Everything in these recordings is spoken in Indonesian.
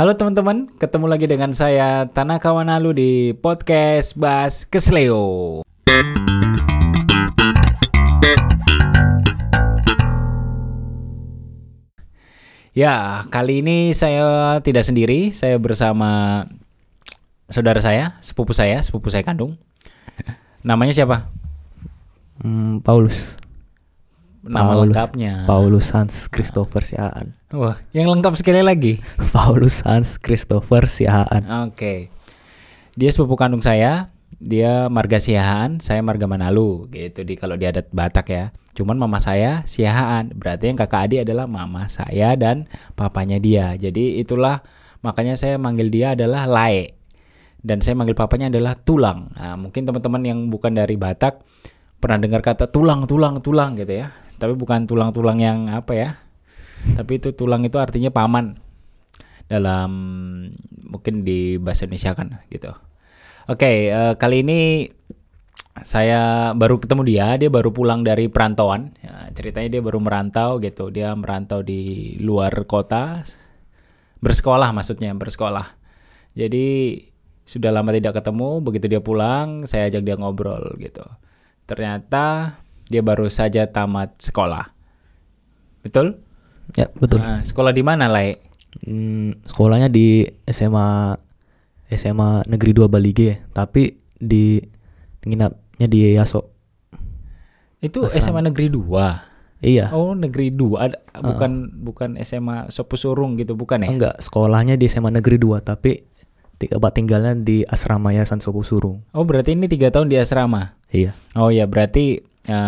Halo teman-teman, ketemu lagi dengan saya Tanaka Wanalu di podcast Bas Kesleo. Ya, kali ini saya tidak sendiri, saya bersama saudara saya, sepupu saya kandung. Namanya siapa? Paulus. Nama lengkapnya. Paulus Hans Christopher Siahaan. Wah, yang lengkap sekali lagi. Paulus Hans Christopher Siahaan. Oke. Dia sepupu kandung saya, dia marga Siahaan, saya marga Manalu gitu kalau di adat Batak ya. Cuman mama saya Siahaan, berarti yang kakak adik adalah mama saya dan papanya dia. Jadi itulah makanya saya manggil dia adalah Lae. Dan saya manggil papanya adalah Tulang. Nah, mungkin teman-teman yang bukan dari Batak pernah dengar kata tulang gitu ya. Tapi bukan tulang-tulang yang apa ya. Tapi itu tulang itu artinya paman dalam mungkin di bahasa Indonesia kan gitu. Oke, kali ini saya baru ketemu dia baru pulang dari perantauan. Ya, ceritanya dia baru merantau gitu. Dia merantau di luar kota, bersekolah. Jadi sudah lama tidak ketemu. Begitu dia pulang, saya ajak dia ngobrol gitu. Ternyata dia baru saja tamat sekolah. Betul? Ya, betul. Nah, sekolah di mana, Lai? Sekolahnya di SMA Negeri 2 Balige, tapi di nginapnya di Yaso. Itu Asrama. SMA Negeri 2. Iya. Oh, Negeri 2. Bukan SMA Sopusurung gitu, bukan ya? Enggak, sekolahnya di SMA Negeri 2, tapi tempat tinggalnya di Asrama Yayasan Sopusurung. Oh, berarti ini 3 tahun di asrama. Iya. Oh ya, berarti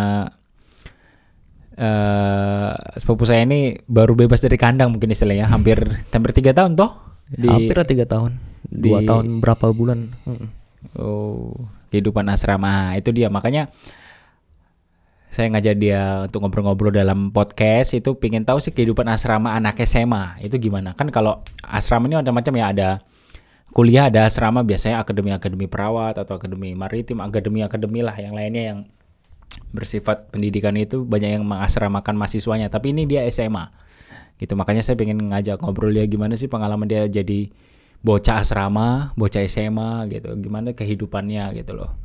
sepupu saya ini baru bebas dari kandang mungkin istilahnya. Hampir 3 tahun toh? Hampir 3 tahun. 2 tahun berapa bulan. Oh, kehidupan asrama. Itu dia, makanya saya ngajak dia untuk ngobrol-ngobrol dalam podcast itu pengen tahu sih kehidupan asrama anak SMA itu gimana. Kan kalau asrama ini ada macam ya, ada kuliah, ada asrama biasanya akademi perawat atau akademi maritim, akademi lah yang lainnya yang bersifat pendidikan itu banyak yang mengasramakan mahasiswanya. Tapi ini dia SMA gitu, makanya saya pengen ngajak ngobrol dia gimana sih pengalaman dia jadi bocah asrama, bocah SMA gitu, gimana kehidupannya gitu loh.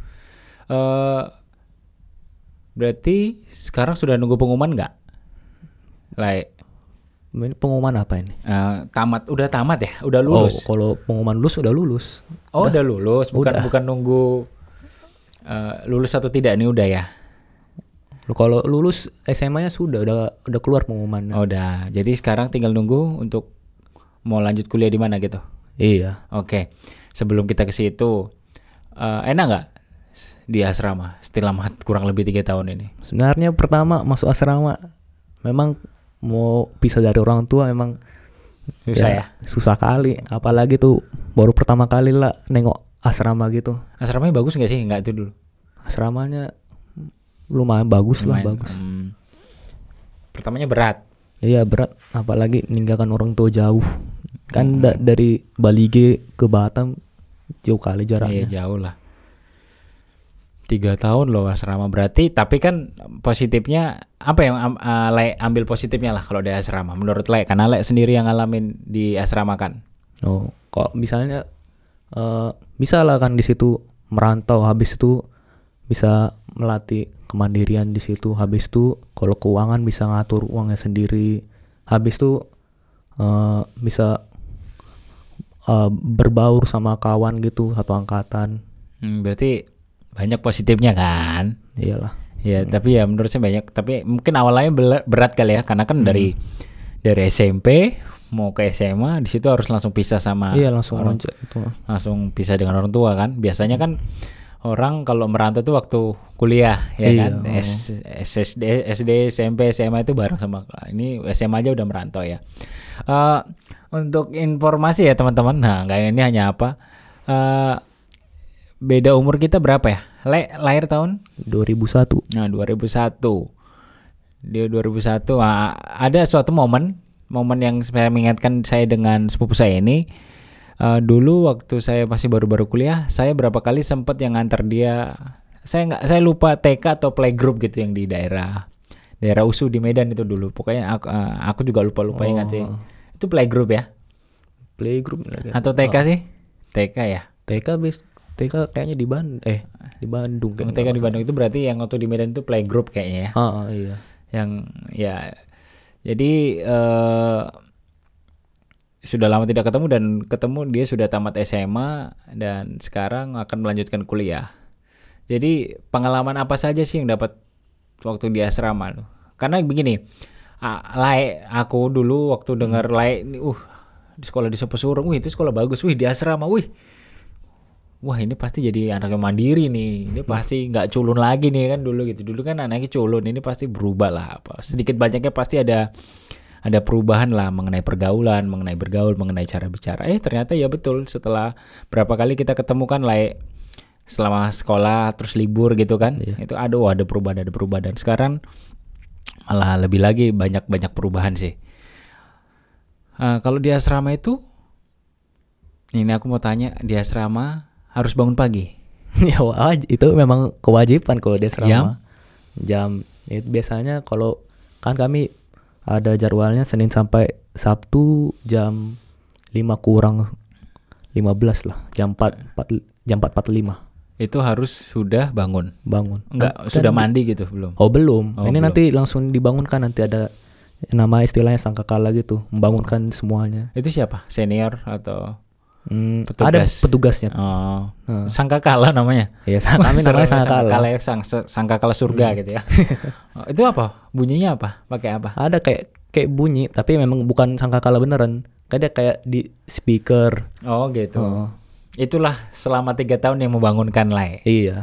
Berarti sekarang sudah nunggu pengumuman nggak? Like, Ini pengumuman apa ini? udah tamat ya, udah lulus. Oh, kalau pengumuman lulus udah lulus. Oh, udah lulus, bukan nunggu lulus atau tidak nih, udah ya. Kalau lulus SMA-nya udah keluar pengumuman. Oh, udah. Jadi sekarang tinggal nunggu untuk mau lanjut kuliah di mana gitu. Iya. Oke. Sebelum kita ke situ, enak nggak di asrama setelah kurang lebih 3 tahun ini? Sebenarnya pertama masuk asrama memang mau pisah dari orang tua memang susah ya? Susah kali, apalagi tuh baru pertama kali lah nengok asrama gitu. Asramanya bagus nggak sih? Nggak itu dulu. Asramanya lumayan bagus. Pertamanya berat. Iya, berat, apalagi meninggalkan orang tua jauh. Kan dari Balige ke Batam jauh kali jaraknya. Iya, jauh lah. 3 tahun loh asrama berarti, tapi kan positifnya apa yang Lek ambil positifnya lah kalau di asrama menurut Lek, karena Lek sendiri yang ngalamin di asrama kan. Oh, kok misalnya bisa lah kan di situ merantau, habis itu bisa melatih kemandirian di situ, habis itu kalau keuangan bisa ngatur uangnya sendiri, habis itu bisa berbaur sama kawan gitu satu angkatan. Berarti banyak positifnya kan? Iyalah. Ya, tapi ya menurut saya banyak. Tapi mungkin awalnya berat kali ya, karena kan dari SMP mau ke SMA di situ harus langsung pisah sama. Iya, langsung loncat itu. Langsung pisah dengan orang tua kan. Biasanya kan orang kalau merantau tuh waktu kuliah ya kan. SD, SMP, SMA itu bareng sama. Ini SMA aja udah merantau ya. Untuk informasi ya teman-teman. Nah, ini hanya apa? Beda umur kita berapa ya? Lahir tahun 2001. Nah, 2001. Dia 2001. Nah, ada suatu momen yang saya mengingatkan saya dengan sepupu saya ini. Dulu waktu saya masih baru-baru kuliah, saya berapa kali sempat yang nganter dia. Saya lupa TK atau playgroup gitu yang di daerah USU di Medan itu dulu. Pokoknya aku juga lupa ingat sih. Itu playgroup ya. playgroup lagi. Atau TK sih? TK ya? TK kayaknya di Bandung Yang kayaknya. TK di Bandung itu berarti yang waktu di Medan itu playgroup kayaknya ya. Iya. Yang ya jadi sudah lama tidak ketemu dan ketemu dia sudah tamat SMA dan sekarang akan melanjutkan kuliah. Jadi pengalaman apa saja sih yang dapat waktu di asrama tuh? Karena begini, Lai aku dulu waktu dengar Lai ini di sekolah di Sepesurung, itu sekolah bagus, di asrama, wah ini pasti jadi anak yang mandiri nih, ini pasti nggak culun lagi nih kan dulu gitu. Dulu kan anaknya culun, ini pasti berubah lah, apa sedikit banyaknya pasti ada perubahan lah mengenai pergaulan, mengenai bergaul, mengenai cara bicara. Ternyata ya betul, setelah berapa kali kita ketemu kan Lai selama sekolah terus libur gitu kan, itu ada perubahan dan sekarang malah lebih lagi banyak perubahan sih. Kalau di asrama itu, ini aku mau tanya, di asrama harus bangun pagi? Ya itu memang kewajiban kalau di asrama. Jam itu biasanya kalau kan kami ada jadwalnya Senin sampai Sabtu jam 5 kurang 15 lah, jam 4.45. Itu harus sudah bangun. Enggak, sudah mandi gitu belum? Belum. Ini belum. Nanti langsung dibangunkan, nanti ada nama istilahnya sangkakala gitu, membangunkan semuanya. Itu siapa? Senior atau petugas? Ada petugasnya. Sangkakala namanya. Iya, kami namanya sangkakala. Sangkakala surga gitu ya. Itu apa? Bunyinya apa? Pakai apa? Ada kayak bunyi, tapi memang bukan sangkakala beneran. Kayak di speaker. Oh gitu. Itulah selama 3 tahun yang membangunkan Lai. Iya.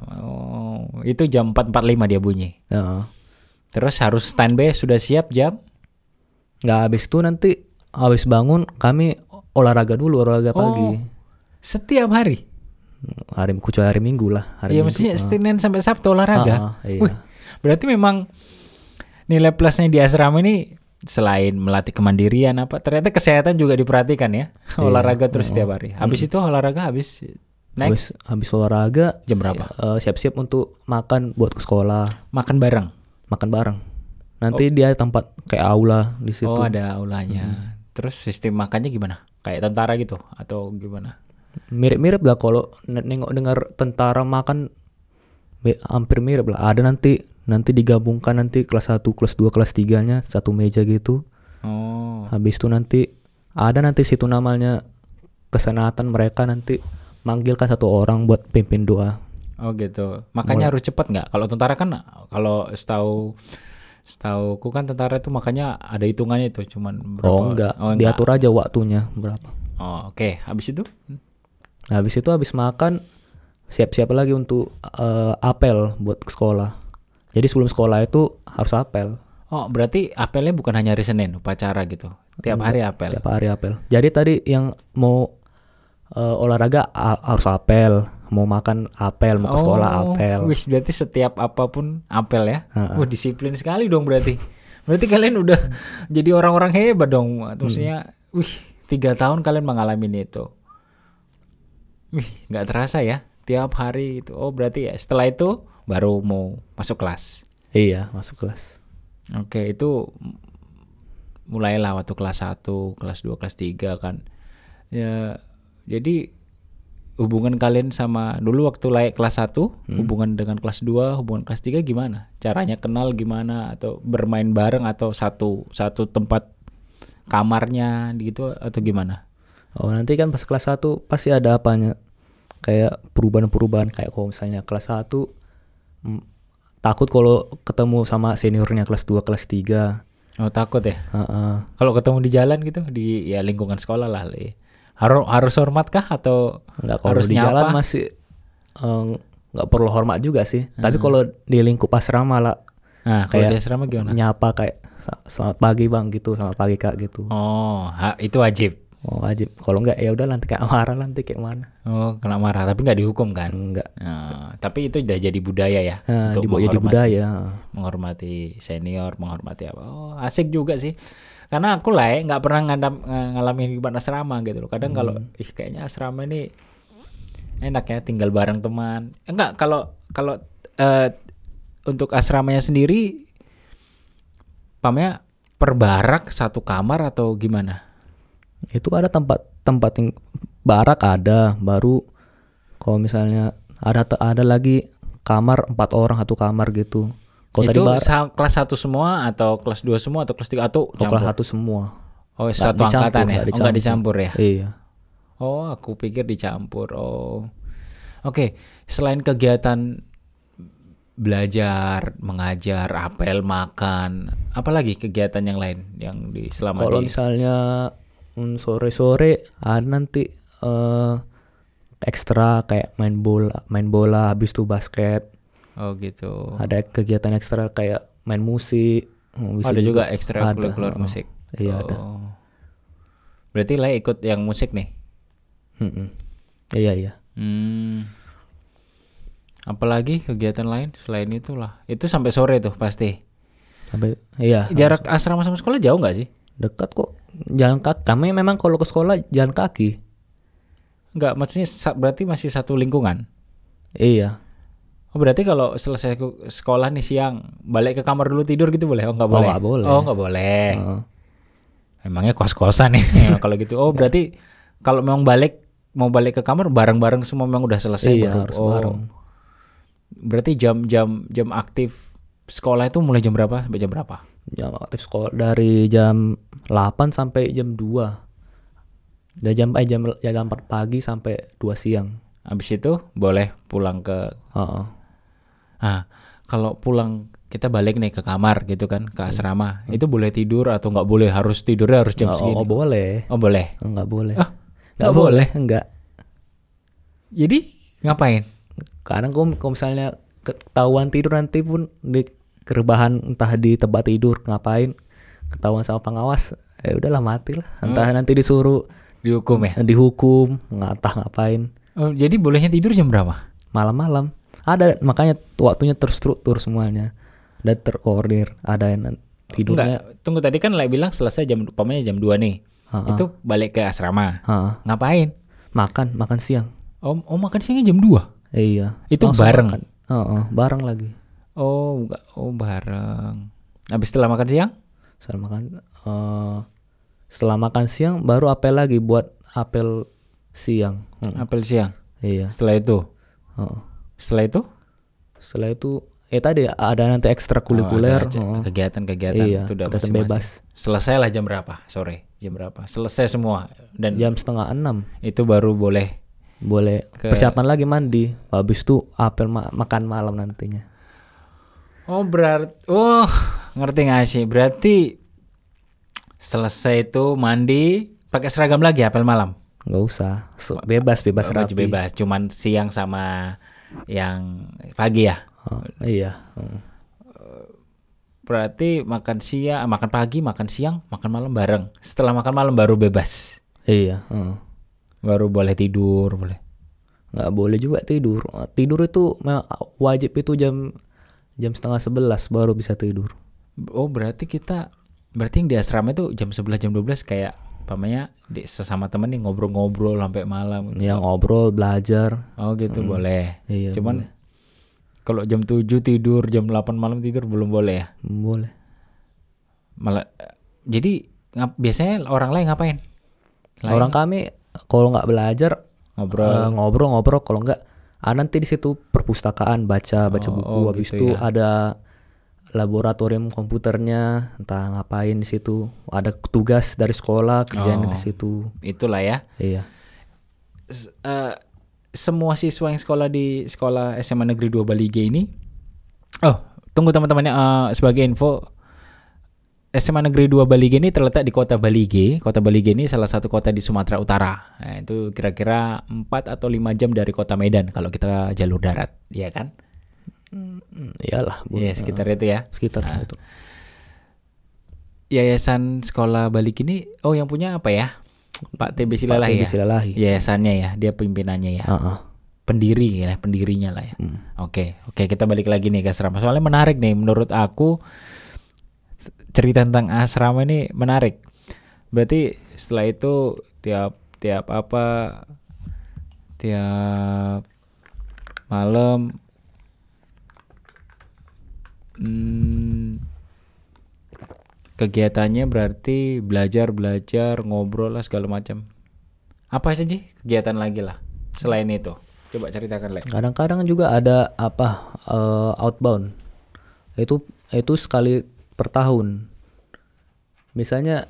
Itu jam 4.45 dia bunyi. Terus harus standby, sudah siap jam? Nggak, habis itu nanti habis bangun kami olahraga pagi. Setiap hari? Kecuali hari Minggu lah. Iya, maksudnya Senin sampai Sabtu olahraga? Iya. Berarti memang nilai plusnya di asrama ini selain melatih kemandirian ternyata kesehatan juga diperhatikan ya. Olahraga terus setiap hari. Habis itu olahraga, habis olahraga jam berapa? Siap-siap untuk makan buat ke sekolah. Makan bareng. Nanti dia tempat kayak aula di situ. Ada aulanya. Terus sistem makannya gimana? Kayak tentara gitu atau gimana? Mirip-mirip lah, kalau dengar tentara makan hampir mirip lah. Ada nanti digabungkan, nanti kelas 1, kelas 2, kelas 3-nya satu meja gitu. Habis itu nanti situ namanya kesenatan, mereka nanti manggilkan satu orang buat pimpin doa. Oh gitu. Makanya harus cepat nggak? Kalau tentara kan, kalau setauku kan tentara itu makanya ada hitungannya itu, cuman berapa? Enggak. Diatur aja waktunya berapa. Oke. Habis itu? Habis makan siap-siap lagi untuk apel buat ke sekolah. Jadi sebelum sekolah itu harus apel. Berarti apelnya bukan hanya hari Senin upacara gitu. Tiap hari apel. Tiap hari apel. Jadi tadi yang mau olahraga harus apel, mau makan apel, mau ke sekolah apel. Berarti setiap apapun apel ya. Disiplin sekali dong berarti. Berarti kalian udah jadi orang-orang hebat dong. Maksudnya, 3 tahun kalian mengalami itu. Nggak terasa ya. Tiap hari itu. Berarti ya setelah itu baru mau masuk kelas. Iya, masuk kelas. Oke, itu mulailah waktu kelas 1, kelas 2, kelas 3 kan. Ya, jadi hubungan kalian sama dulu waktu layak kelas 1, hubungan dengan kelas 2, hubungan kelas 3 gimana? Caranya kenal gimana, atau bermain bareng, atau satu tempat kamarnya gitu, atau gimana? Nanti kan pas kelas 1 pasti ada apanya. Kayak perubahan-perubahan, kayak kalau misalnya kelas 1 takut kalau ketemu sama seniornya kelas 2, kelas 3. Takut ya? Kalau ketemu di jalan gitu, di lingkungan sekolah lah. Harus hormat kah atau enggak? Kalau di jalan masih enggak perlu hormat juga sih. Tapi kalau di lingkup asrama lah. Kalau di asrama gimana? Nyapa kayak selamat pagi Bang gitu, selamat pagi Kak gitu. Itu wajib. Wajib. Kalau enggak ya udah nanti kayak marah, nanti kayak mana. Kena marah tapi enggak dihukum kan? Enggak. Tapi itu udah jadi budaya ya. Untuk jadi budaya. Menghormati senior, menghormati apa. Asik juga sih. Karena aku lah nggak pernah ngalamin kehidupan asrama gitu loh. Kadang kalau kayaknya asrama ini enak ya, tinggal bareng teman. Enggak, kalau untuk asramanya sendiri Pamnya per barak satu kamar atau gimana? Itu ada tempat yang barak ada, baru kalau misalnya ada lagi kamar 4 orang satu kamar gitu. Kalau tadi Itu barak kelas 1 semua atau kelas 2 semua atau kelas 3 atau kelas campur? satu semua. Oh, Nggak satu angkatan ya? nggak Oh, nggak dicampur ya? Iya. Oh, aku pikir dicampur. Oh. Oke, selain kegiatan belajar, mengajar, apel, makan, apalagi kegiatan yang lain yang selama Kalau di misalnya sore-sore ada nanti ekstra kayak main bola, habis itu basket. Oh gitu. Ada kegiatan ekstra kayak main musik. Bisa Ada juga ada. ekstrakurikuler musik. Iya ada. Oh. Berarti lah ikut yang musik nih. Mm-mm. Iya. Apalagi kegiatan lain selain itulah. Itu sampai sore tuh pasti. Iya. Jarak asrama sama sekolah jauh nggak sih? Dekat kok. Jalan kaki. Kami memang kalau ke sekolah jalan kaki. Nggak, maksudnya berarti masih satu lingkungan. Iya. Oh, berarti kalau selesai sekolah nih siang, balik ke kamar dulu tidur gitu boleh? Oh, nggak boleh. Nggak boleh. Oh, nggak boleh. Emangnya kos-kosan nih kalau gitu. Oh, berarti kalau memang mau balik ke kamar bareng-bareng semua memang udah selesai Iya, baru. harus Oh. bareng. Berarti jam aktif sekolah itu mulai jam berapa sampai jam berapa? Jam aktif sekolah dari jam 8 sampai jam 2. Dari jam 4 pagi sampai 2 siang. Habis itu boleh pulang ke kalau pulang kita balik nih ke kamar gitu kan, ke asrama. Itu boleh tidur atau nggak boleh? Harus tidurnya harus jam segini. Oh, boleh. Oh, boleh. Nggak boleh. Ah, nggak boleh. Enggak. Jadi ngapain? Kadang kalau misalnya ketahuan tidur nanti pun di rebahan, entah di tempat tidur ngapain, ketahuan sama pengawas, udahlah mati lah. Entah nanti disuruh Dihukum ya? dihukum, entah ngapain. Oh, jadi bolehnya tidur jam berapa? Malam-malam. Ada, makanya waktunya terstruktur semuanya. Dan terkoordinir. Ada yang tidurnya. Enggak, tunggu, tadi kan bilang selesai umpamanya jam 2 nih. Itu balik ke asrama. Ngapain? Makan siang. Oh, makan siangnya jam 2? Iya. Itu langsung bareng? Makan. Bareng lagi. Oh, enggak. Oh, bareng. Habis setelah makan siang? Setelah makan siang baru apel lagi buat apel siang. Apel siang? Iya. Setelah itu? Setelah itu tadi ada nanti ekstrakurikuler. Kegiatan-kegiatan Iya, itu udah kegiatan masing-masing. bebas. Selesai lah jam berapa? Sore? Jam berapa? Selesai semua? Dan Jam 5:30. itu baru boleh Persiapan lagi mandi. Habis itu apel makan malam nantinya. Oh, ngerti gak sih? Berarti selesai itu mandi, pakai seragam lagi apel malam? Nggak usah, bebas Baju rapi. bebas, cuman siang sama yang pagi ya? Iya. Berarti makan pagi, makan siang, makan malam bareng. Setelah makan malam baru bebas? Iya. Baru boleh tidur, boleh? Nggak boleh juga tidur. Tidur itu wajib itu jam 10:30 baru bisa tidur. Oh, berarti yang di asrama itu jam 11, jam 12 kayak pamannya sesama temen nih ngobrol-ngobrol sampai malam. Ya ngobrol, belajar. Oh gitu, boleh. Iya, cuman boleh. Kalau jam 7 tidur, jam 8 malam tidur belum boleh ya? Boleh. Malah jadi biasanya orang lain ngapain? Orang kami kalau nggak belajar ngobrol, kalau nggak nanti di situ perpustakaan baca buku. Habis gitu itu ya. ada laboratorium komputernya, entah ngapain di situ. Ada tugas dari sekolah, kerjaan di situ. Itulah ya. Iya. Semua siswa yang sekolah di sekolah SMA Negeri 2 Balige ini. Oh, tunggu teman-temannya, sebagai info, SMA Negeri 2 Balige ini terletak di kota Balige. Kota Balige ini salah satu kota di Sumatera Utara. Nah, itu kira-kira 4 atau 5 jam dari kota Medan kalau kita jalur darat, ya kan? Iyalah. Iya, sekitar itu ya. Sekitar itu. Yayasan Sekolah Balige ini, yang punya apa ya? Pak TB Silalahi ya? Silalahi. Yayasannya ya, dia pimpinannya ya. Pendirinya lah ya. Oke, kita balik lagi nih ke asrama. Soalnya menarik nih, menurut aku cerita tentang asrama ini menarik. Berarti setelah itu tiap malam kegiatannya berarti belajar, ngobrol lah segala macam. Apa saja kegiatan lagi lah selain itu? Coba ceritakan, Le. Kadang-kadang juga ada outbound. Itu sekali per tahun. Misalnya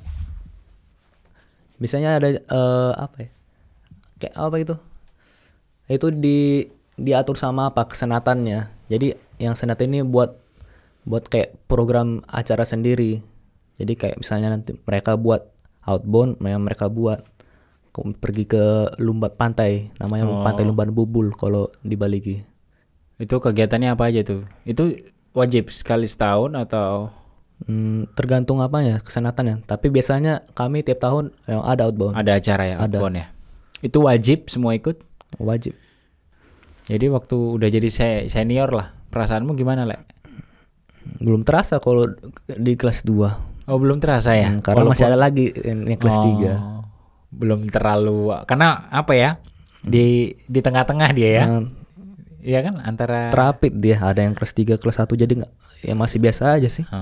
ada apa ya? Kayak apa itu? Itu diatur sama apa kesenatannya. Jadi yang senat ini buat kayak program acara sendiri. Jadi kayak misalnya nanti mereka buat outbound, mereka buat pergi ke Lumban Pantai, namanya Pantai Lumban Bubul kalau di Baligi. Itu kegiatannya apa aja tuh? Itu wajib sekali setahun atau? Tergantung apanya, kesenatannya. Tapi biasanya kami tiap tahun yang ada outbound. Ada acara ya, outbound ya. Itu wajib semua ikut? Wajib. Jadi waktu udah jadi senior lah, perasaanmu gimana, Le? Belum terasa kalau di kelas 2. Oh, belum terasa ya? Karena masih ada lagi yang kelas 3. Belum terlalu, karena apa ya? Di tengah-tengah dia ya. Iya kan, antara terapit dia, ada yang kelas 3, kelas 1, jadi ya masih biasa aja sih.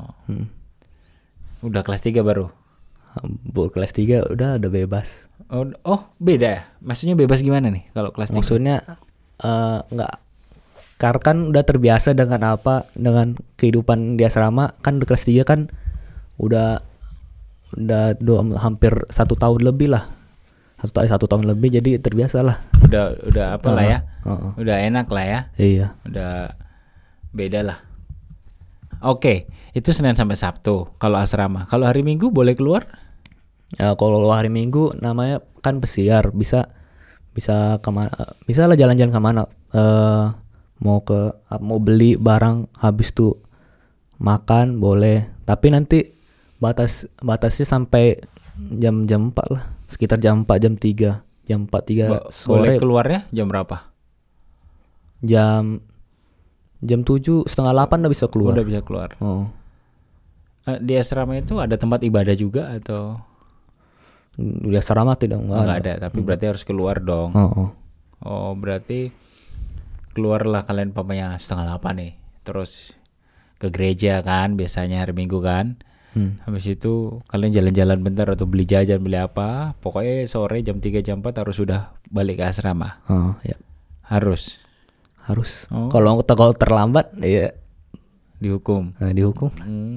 Udah kelas 3 baru? Kelas 3 udah bebas. Oh, beda ya? Maksudnya bebas gimana nih kalau kelas 3? Maksudnya enggak, karena kan udah terbiasa dengan kehidupan di asrama. Kan di kelas 3 kan udah hampir 1 tahun lebih lah. 1 tahun lebih, jadi terbiasa lah. Udah apa lah ya? Udah enak lah ya. Iya. Udah beda lah. Oke, itu Senin sampai Sabtu kalau asrama. Kalau hari Minggu boleh keluar? Ya, kalau hari Minggu namanya kan pesiar, bisa kemana? Bisa lah jalan-jalan kemana? Mau beli barang, habis tuh makan boleh. Tapi nanti batasnya sampai jam 4 lah. Sekitar jam 4, jam 3. Jam 4, 3 sore. Boleh keluarnya jam berapa? Jam 7, setengah 8 udah bisa keluar. Udah bisa keluar. Di asrama itu ada tempat ibadah juga atau? Di asrama enggak ada. Tapi berarti harus keluar dong. Oh, berarti keluarlah kalian pamannya setengah 8 nih. Terus ke gereja kan biasanya hari Minggu kan. Habis itu kalian jalan-jalan bentar atau beli jajan, beli apa. Pokoknya sore jam 3, jam 4 harus sudah balik ke asrama. Ya. Harus. Kalau terlambat ya dihukum. Dihukum.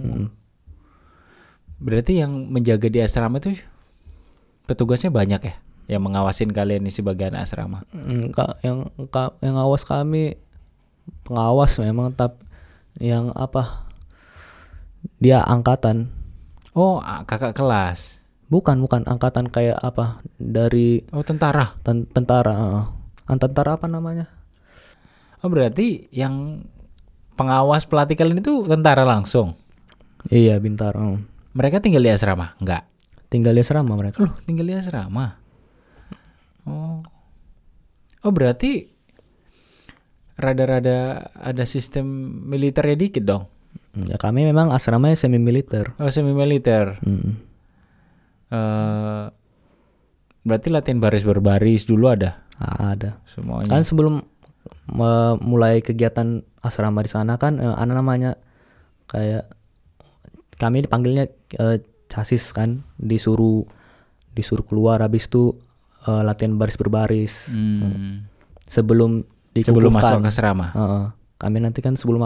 Berarti yang menjaga di asrama tuh petugasnya banyak ya, yang mengawasin kalian di sebagian asrama? Yang awas kami pengawas memang, tapi yang apa? Dia angkatan. Oh, kakak kelas. Bukan angkatan kayak apa? Dari tentara. Tentara. Tentara apa namanya? Oh, berarti yang pengawas pelatih kalian itu tentara langsung? Iya, Bintara. Mereka tinggal di asrama? Enggak. Tinggal di asrama mereka. Loh, tinggal di asrama. Oh, berarti rada-rada ada sistem militernya dikit dong. Ya, kami memang asramanya semi militer. Oh, semi militer. Berarti latihan baris berbaris dulu ada? Ada. Semuanya. Kan sebelum mulai kegiatan asrama di sana kan ada namanya kayak kami dipanggilnya casis kan, disuruh keluar, habis itu latihan baris berbaris. Sebelum masuk ke asrama. Kami nanti kan sebelum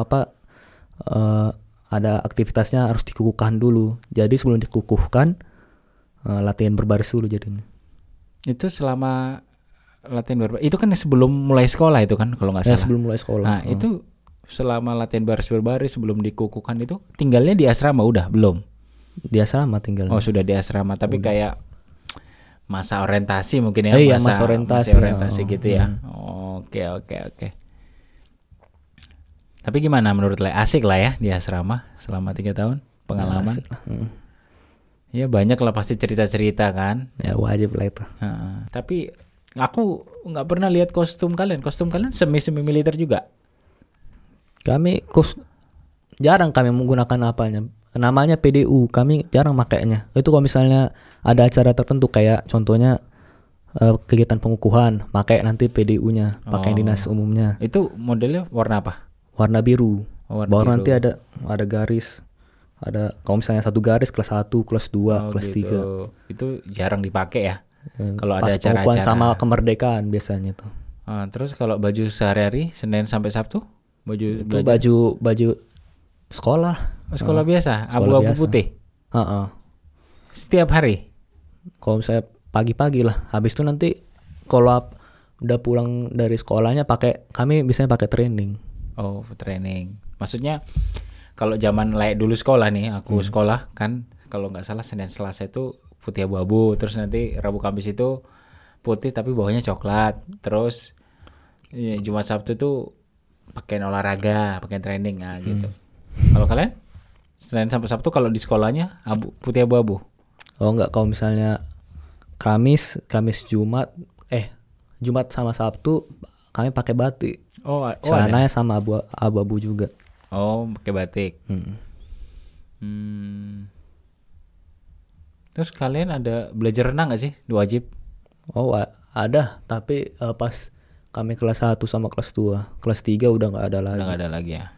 ada aktivitasnya harus dikukuhkan dulu. Jadi sebelum dikukuhkan latihan berbaris dulu jadinya. Itu selama latihan berbaris itu kan sebelum mulai sekolah itu kan kalau nggak salah. Sebelum mulai sekolah. Nah, itu selama latihan baris berbaris sebelum dikukuhkan itu tinggalnya di asrama udah belum? Di asrama tinggal. Oh, sudah di asrama, tapi kayak masa orientasi mungkin ya. Iya, masa orientasi gitu ya. Oke. Tapi gimana menurut Le? Asik lah ya di asrama selama 3 tahun pengalaman. Ya banyak lah pasti cerita-cerita kan. Ya wajib lah itu. Tapi aku nggak pernah lihat kostum kalian. Kostum kalian semi militer juga. Kami jarang kami menggunakan apanya. Namanya PDU, kami jarang makainya. Itu kalau misalnya ada acara tertentu kayak contohnya kegiatan pengukuhan, pakai nanti PDU-nya, pakai dinas umumnya. Itu modelnya warna apa? Warna biru. Warna baru biru. Nanti ada garis Ada kalau misalnya satu garis kelas 1, kelas 2, Oh kelas 3. gitu. Itu jarang dipakai ya. Kalau ada Pas pengukuhan acara-acara. sama kemerdekaan biasanya tuh. Terus kalau baju sehari-hari Senin sampai Sabtu, baju Itu belajar baju sekolah. sekolah biasa, sekolah abu-abu biasa. putih Heeh. setiap hari. Kalau misalnya pagi-pagi lah. Habis itu nanti kalau udah pulang dari sekolahnya kami biasanya pakai training. Oh, training. Maksudnya kalau zaman dulu sekolah nih, aku sekolah kan kalau nggak salah Senin Selasa itu putih abu-abu, terus nanti Rabu Kamis itu putih tapi bawahnya coklat. Terus Jumat Sabtu itu pakai olahraga, pakai training gitu. Kalau kalian Senin sampai Sabtu kalau di sekolahnya putih abu-abu. Oh enggak, kalau misalnya Kamis Jumat Jumat sama Sabtu kami pakai batik. Ada. Celananya sama abu-abu juga. Oh, pakai batik. Terus kalian ada belajar renang nggak sih? Wajib? Oh ada, tapi pas kami kelas 1 sama kelas 2, kelas 3 udah nggak ada lagi. Udah nggak ada lagi ya.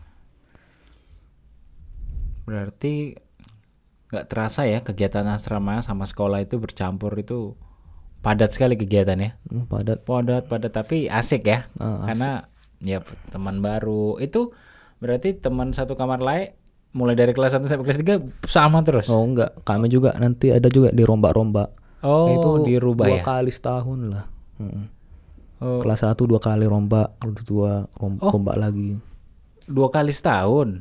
Berarti nggak terasa ya kegiatan asrama sama sekolah itu bercampur, itu padat sekali kegiatannya. Padat tapi asik ya. Karena ya teman baru. Itu berarti teman satu kamar lain mulai dari kelas 1 sampai kelas 3 sama terus. Oh enggak, kami juga nanti ada juga dirombak-rombak. Oh, itu dirubah dua ya. kali setahun lah. Oh, Kelas 1 2 kali rombak, kelas 2 rombak lagi. 2 kali setahun.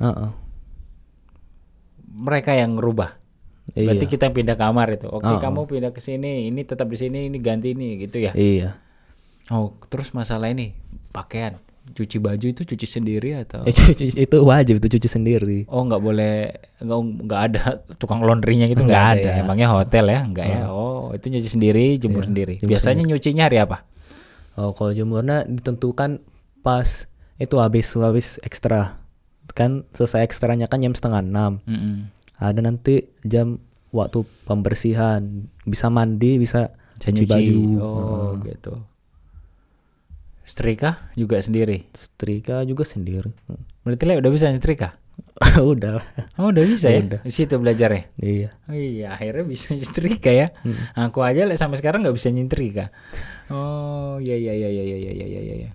Mereka yang ngerubah. Berarti Iya. kita pindah kamar itu. Oke, kamu pindah ke sini, ini tetap di sini, ini ganti ini gitu ya. Iya. Oh, terus masalah ini pakaian, cuci baju itu cuci sendiri atau? Itu wajib itu cuci sendiri. Oh, nggak boleh, nggak ada tukang laundrynya gitu, nggak ada. Ya? Emangnya hotel ya, nggak ya? Oh, itu nyuci sendiri, jemur sendiri. Biasanya nyucinya hari apa? Oh, kalau jemurnya ditentukan pas itu habis ekstra. Kan selesai ekstranya kan jam 5:30. Ada nanti jam waktu pembersihan, bisa mandi, bisa cuci baju. Oh, gitu. Setrika juga sendiri. Setrika juga sendiri. Berarti lah udah bisa nyetrika? Udah lah. Oh, udah bisa ya? Udah. Di situ belajarnya? Iya. Oh iya, akhirnya bisa nyetrika ya. Aku aja sampai sekarang nggak bisa nyetrika. Oh, iya.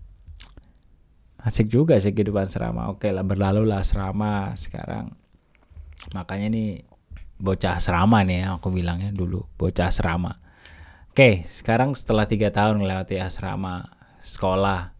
Asik juga sih kehidupan asrama. Oke lah, berlalu lah asrama sekarang. Makanya nih bocah asrama nih ya, aku bilangnya dulu bocah asrama. Oke, sekarang setelah 3 tahun melewati asrama sekolah,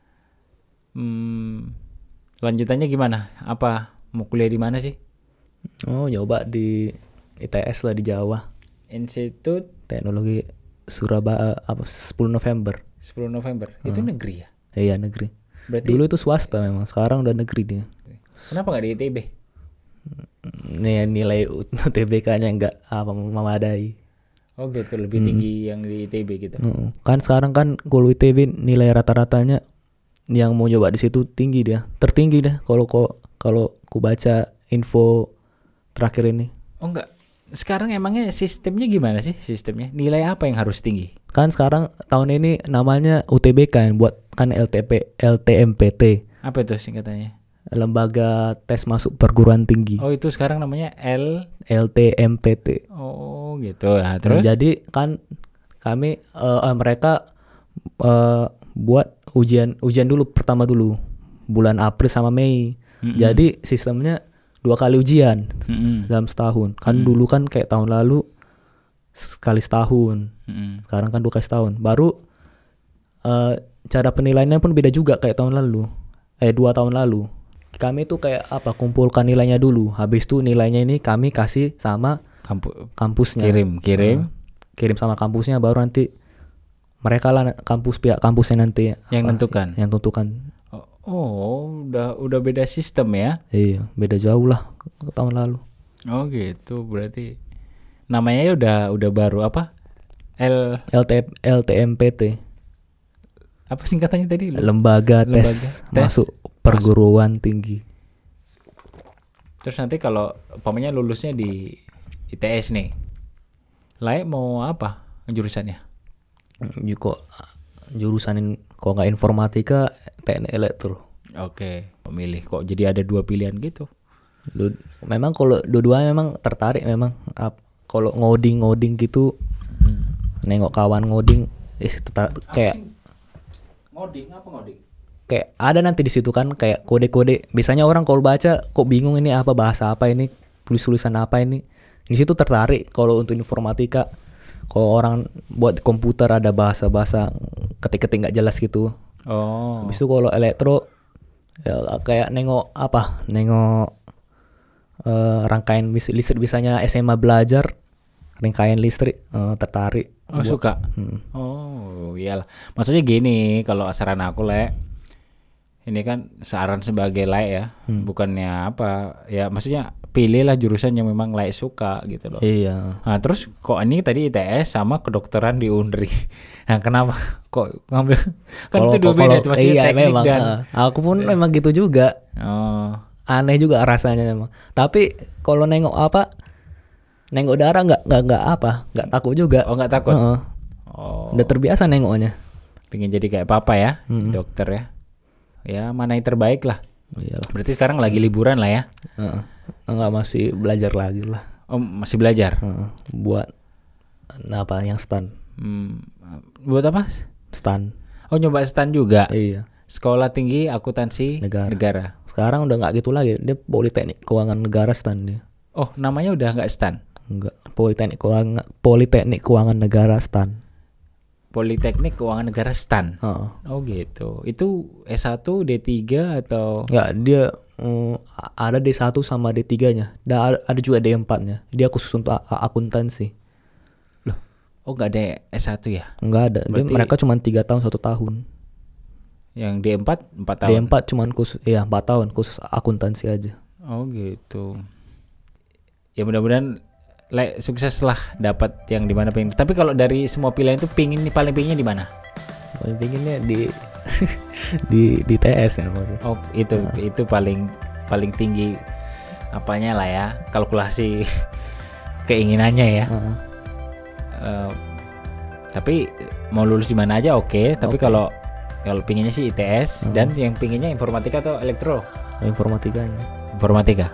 lanjutannya gimana? Apa mau kuliah di mana sih? Oh, nyoba di ITS lah di Jawa. Institut Teknologi Surabaya 10 November. 10 November. Itu negeri ya? Iya, negeri. Berarti Dulu itu swasta memang, sekarang udah negeri dia. kenapa nggak di ITB? Nih nilai UTBK-nya nggak memadai. Oh gitu, lebih tinggi yang di ITB gitu. Kan sekarang kan kalau ITB nilai rata-ratanya yang mau coba di situ tinggi dia, tertinggi dah kalau ku baca info terakhir ini. Oh enggak. Sekarang emangnya sistemnya gimana sih sistemnya? Nilai apa yang harus tinggi? Kan sekarang tahun ini namanya UTBK yang buat kan LTMPT. Apa itu singkatannya? Lembaga tes masuk perguruan tinggi. Oh itu sekarang namanya LTMPT. Oh gitu. Nah, terus? Nah, jadi kan kami mereka buat ujian dulu pertama dulu bulan April sama Mei. Jadi sistemnya 2 kali ujian dalam setahun. Kan dulu kan kayak tahun lalu sekali setahun. Sekarang kan 2 kali setahun. Baru cara penilaiannya pun beda juga kayak tahun lalu. 2 tahun lalu. Kami tuh kayak kumpulkan nilainya dulu. Habis itu nilainya ini kami kasih sama kampusnya. Kirim sama kampusnya, baru nanti mereka lah pihak kampusnya nanti yang nentukan. Yang tentukan. Oh, udah beda sistem ya? Iya, beda jauh lah ke tahun lalu. Oh gitu, berarti namanya udah baru apa? LTMPT. Apa singkatannya tadi? Lembaga tes masuk perguruan tinggi. Terus nanti kalau umpamanya lulusnya di ITS nih, layak mau apa jurusannya? Jurusan kok nggak informatika, teknik elektro. Oke, pemilih kok jadi ada 2 pilihan gitu. Memang kalau dua-duanya memang tertarik memang. Kalau ngoding gitu, nengok kawan ngoding, kayak Ngoding apa ngoding? kayak ada nanti di situ kan kayak kode-kode. Biasanya orang kalau baca kok bingung ini apa, bahasa apa ini, tulisan apa ini. Di situ tertarik. Kalau untuk informatika, kalau orang buat komputer ada bahasa-bahasa ketik-ketik nggak jelas gitu. Oh. Habis itu kalau elektro ya kayak nengok rangkaian listrik, biasanya SMA belajar rangkaian listrik, tertarik. Oh suka. Oh iyalah. Maksudnya gini, kalau saran aku ini kan saran sebagai ya, bukannya apa ya, maksudnya pilihlah jurusan yang memang suka gitu loh. Iya. Nah terus kok ini tadi ITS sama kedokteran di Unri. Nah kenapa kok ngambil? Kan itu dua beda tuh, maksudnya teknik memang, dan. Aku pun memang gitu juga. Oh. Aneh juga rasanya memang. Tapi kalau nengok darah nggak takut juga. Oh nggak takut. Oh. Udah terbiasa nengoknya. Pengen jadi kayak papa ya, dokter ya. Ya mana yang terbaik lah. Iyalah. Berarti sekarang lagi liburan lah ya. Enggak, masih belajar lagi lah. Oh masih belajar. Buat apa yang stan. Buat apa? Stan. Oh nyoba stan juga. Iya. Sekolah Tinggi Akuntansi Negara. Sekarang udah nggak gitu lagi. Dia Politeknik Keuangan Negara stan dia. Oh namanya udah nggak stan? Enggak. Politeknik Keuangan Negara stan. Politeknik Keuangan Negara stan. Oh gitu. Itu S1, D3 atau? Ya dia ada D1 sama D3-nya. Dan ada juga D4-nya. Dia khusus untuk akuntansi. Loh, oh nggak ada S1 ya? Nggak ada. Mereka cuma 3 tahun 1 tahun. Yang D4 4 tahun? D4 cuma khusus 4 tahun khusus akuntansi aja. Oh gitu. Ya mudah-mudahan sukses lah dapat yang di mana pengen. Tapi kalau dari semua pilihan itu paling pinginnya di mana? Paling pinginnya di TS ya maksudnya. Oh itu paling tinggi apanya lah ya, kalkulasi keinginannya ya. Tapi mau lulus di mana aja oke. Tapi kalau pinginnya sih ITS dan yang pinginnya informatika atau elektro? Informatika.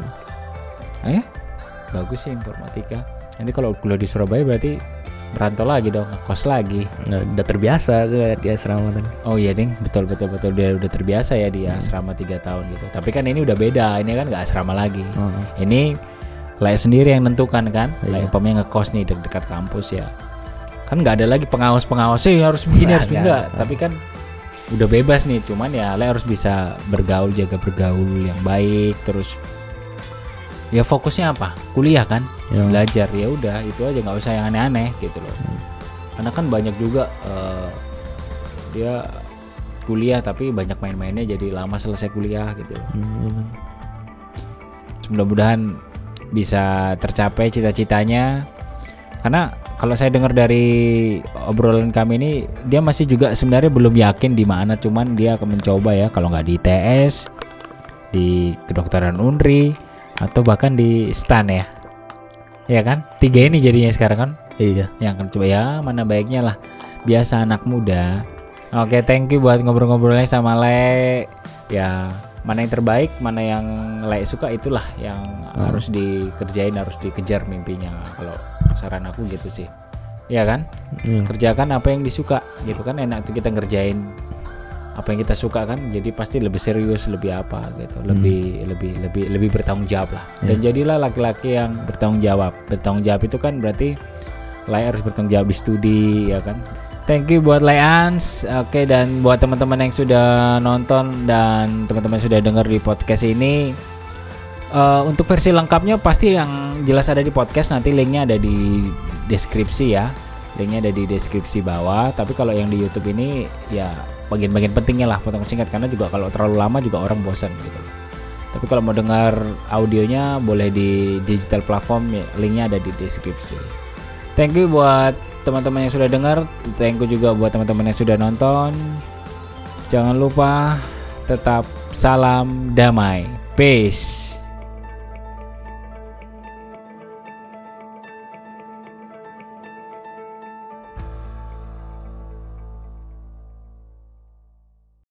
Ya? Bagus sih informatika. Nanti kalau kuliah di Surabaya berarti merantau lagi dong, ngekos lagi. Nah, udah terbiasa di asrama tadi. Oh iya ding, betul dia udah terbiasa ya di asrama 3 tahun gitu. Tapi kan ini udah beda, ini kan nggak asrama lagi. Ini sendiri yang nentukan kan. Umpamanya ngekos nih dekat kampus ya. Kan nggak ada lagi pengawas harus begini harus enggak. Tapi kan udah bebas nih, cuman ya harus bisa jaga bergaul yang baik, terus ya fokusnya apa? Kuliah kan? Belajar ya udah itu aja, nggak usah yang aneh-aneh gitu loh. Karena kan banyak juga dia kuliah tapi banyak main-mainnya jadi lama selesai kuliah gitu loh. Mudah-mudahan bisa tercapai cita-citanya. Karena kalau saya dengar dari obrolan kami ini, dia masih juga sebenarnya belum yakin di mana, cuman dia akan mencoba ya, kalau nggak di ITS, di kedokteran Unri, atau bahkan di STAN ya. Ya kan? 3 ini jadinya sekarang kan? Iya. Yang akan coba ya, mana baiknya lah. Biasa anak muda. Oke, thank you buat ngobrol-ngobrolnya sama Ya, mana yang terbaik, mana yang suka, itulah yang harus dikerjain, harus dikejar mimpinya. Kalau saran aku gitu sih. Ya kan? Kerjakan apa yang disuka gitu kan, enak tuh kita ngerjain apa yang kita suka kan, jadi pasti lebih serius, lebih apa gitu, lebih bertanggung jawab lah. Dan jadilah laki-laki yang bertanggung jawab. Bertanggung jawab itu kan berarti harus bertanggung jawab di studi ya kan. Thank you buat Leans. Oke, dan buat teman-teman yang sudah nonton dan teman-teman yang sudah dengar di podcast ini, untuk versi lengkapnya pasti yang jelas ada di podcast, nanti linknya ada di deskripsi ya. Linknya ada di deskripsi bawah. Tapi kalau yang di YouTube ini ya bagian-bagian pentingnya lah, potongan singkat, karena juga kalau terlalu lama juga orang bosan gitu. Tapi kalau mau dengar audionya boleh di digital platform, linknya ada di deskripsi. Thank you buat teman-teman yang sudah dengar, thank you juga buat teman-teman yang sudah nonton. Jangan lupa tetap salam damai, peace.